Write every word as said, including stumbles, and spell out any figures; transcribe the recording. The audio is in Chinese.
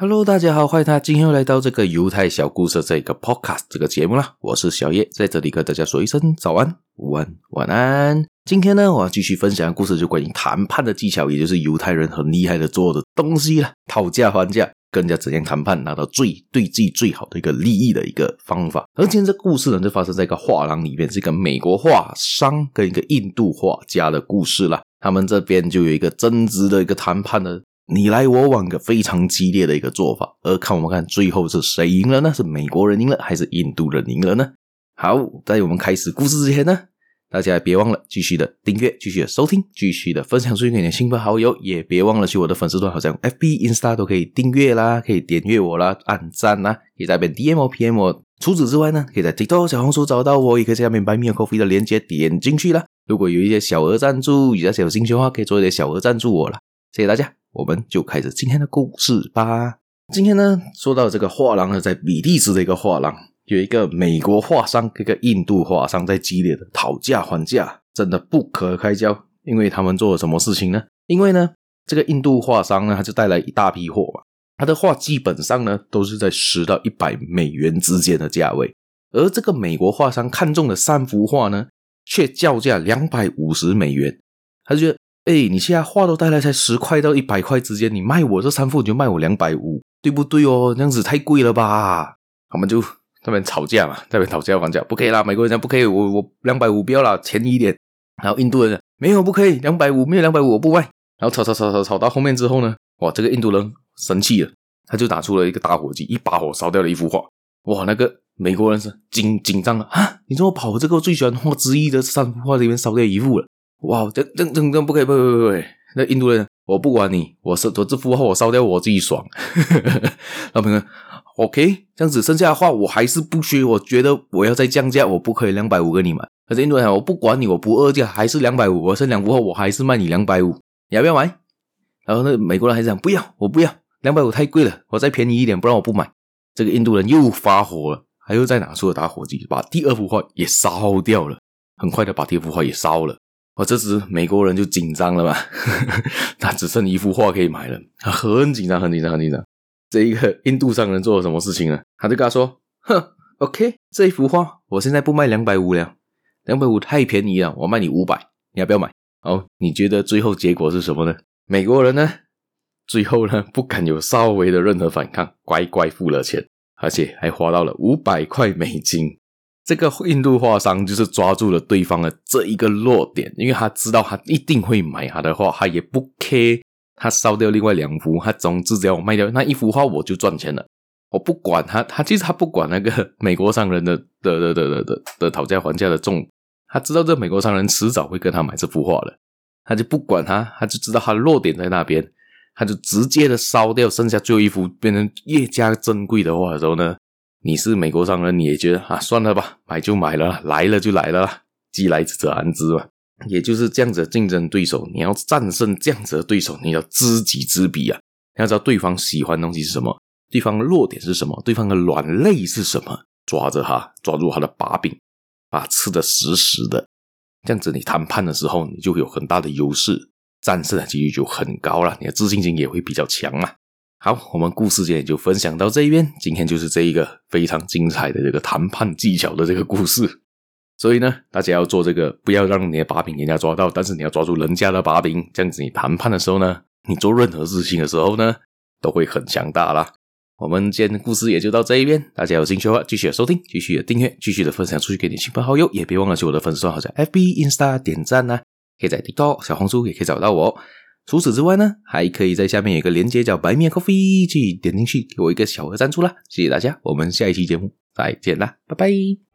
Hello， 大家好，欢迎大家今天又来到这个犹太小故事这个 podcast 这个节目啦。我是小叶，在这里跟大家说一声早安、午安、晚安。今天呢，我要继续分享的故事就关于谈判的技巧，也就是犹太人很厉害的做的东西啦，讨价还价，跟人家怎样谈判，拿到最对自己最好的一个利益的一个方法。而今天这故事呢，就发生在一个画廊里面，是一个美国画商跟一个印度画家的故事啦。他们这边就有一个争执的一个谈判的你来我往的非常激烈的一个做法，而看我们看最后是谁赢了呢？是美国人赢了还是印度人赢了呢？好，在我们开始故事之前呢，大家别忘了继续的订阅，继续的收听，继续的分享出去给你的亲朋好友，也别忘了去我的粉丝团，好像 F B、Insta 都可以订阅啦，可以点阅我啦，按赞啦，可以在那边 D M 我 P M 我。除此之外呢，可以在 TikTok 小红书找到我，也可以在下面 Buy Me a Coffee 的连结点进去啦。如果有一些小额赞助，比较有兴趣的话，可以做一点小额赞助我啦。谢谢大家，我们就开始今天的故事吧。今天呢，说到这个画廊呢，在比利时的一个画廊，有一个美国画商跟一个印度画商在激烈的讨价还价，真的不可开交。因为他们做了什么事情呢？因为呢，这个印度画商呢，他就带来一大批货嘛，他的画基本上呢，都是在十到一百美元之间的价位，而这个美国画商看中的三幅画呢，却叫价两百五十美元。他就觉得诶，你现在画都带来才十块到一百块之间，你卖我这三幅你就卖我两百五十，对不对哦？这样子太贵了吧？他们就在那边吵架嘛，在那边讨价还价，不可以啦，美国人讲不可以，我我两百五十不要啦，便宜一点。然后印度人讲没有不可以，两百五十没有两百五十我不卖。然后吵吵吵吵吵到后面之后呢，哇，这个印度人生气了，他就拿出了一个打火机，一把火烧掉了一幅画。哇，那个美国人是紧紧张了啊！你怎么跑这个我最喜欢画之一的三幅画里面烧掉一幅了？哇，这这这这不可以，不可以，不可以！那印度人，我不管你，我是我这幅画我烧掉我自己爽。老朋友 ，OK， 这样子剩下的画我还是不缺，我觉得我要再降价，我不可以两百五十跟你买。可是印度人，我不管你，我不二价，还是两百五十，我剩两幅画我还是卖你两百五十，你要不要买？然后那美国人还讲不要，我不要，两百五十太贵了，我再便宜一点，不然我不买。这个印度人又发火了，他又再拿出了打火机，把第二幅画也烧掉了，很快的把第二幅画也烧了。哇，这时美国人就紧张了嘛，他只剩一幅画可以买了，他很紧张很紧张很紧张。这一个印度商人做了什么事情呢？他就跟他说，哼 OK， 这一幅画我现在不卖两百五十了，两百五十太便宜了，我卖你五百，你要不要买？好，你觉得最后结果是什么呢？美国人呢，最后呢不敢有稍微的任何反抗，乖乖付了钱，而且还花到了五百块美金。这个印度画商就是抓住了对方的这一个弱点，因为他知道他一定会买他的画，他也不 care 他烧掉另外两幅，他总之只要我卖掉那一幅画我就赚钱了，我不管他，他其实他不管那个美国商人的的的的的的的讨价还价的重，他知道这美国商人迟早会跟他买这幅画了，他就不管他，他就知道他的弱点在那边，他就直接的烧掉，剩下最后一幅变成越加珍贵的画的时候呢，你是美国商人，你也觉得啊，算了吧，买就买了，来了就来了啦，既来之则安之嘛。也就是这样子的竞争对手，你要战胜这样子的对手，你要知己知彼啊，你要知道对方喜欢的东西是什么，对方的弱点是什么，对方的软肋是什么，抓着他，抓住他的把柄，把它吃得实实的，这样子你谈判的时候，你就会有很大的优势，战胜的几率就很高了，你的自信心也会比较强嘛。好，我们故事也就分享到这一边，今天就是这一个非常精彩的这个谈判技巧的这个故事。所以呢，大家要做这个，不要让你的把柄人家抓到，但是你要抓住人家的把柄，这样子你谈判的时候呢，你做任何事情的时候呢，都会很强大啦。我们今天的故事也就到这一边，大家有兴趣的话继续的收听，继续的订阅，继续的分享出去给你亲朋好友，也别忘了去我的粉丝团或者 F B、Insta 点赞啊，可以在 TikTok 小红书也可以找到我。除此之外呢，还可以在下面有一个连结叫 Buy Me a Coffee， 去点进去给我一个小额赞助啦，谢谢大家，我们下一期节目再见啦，拜拜。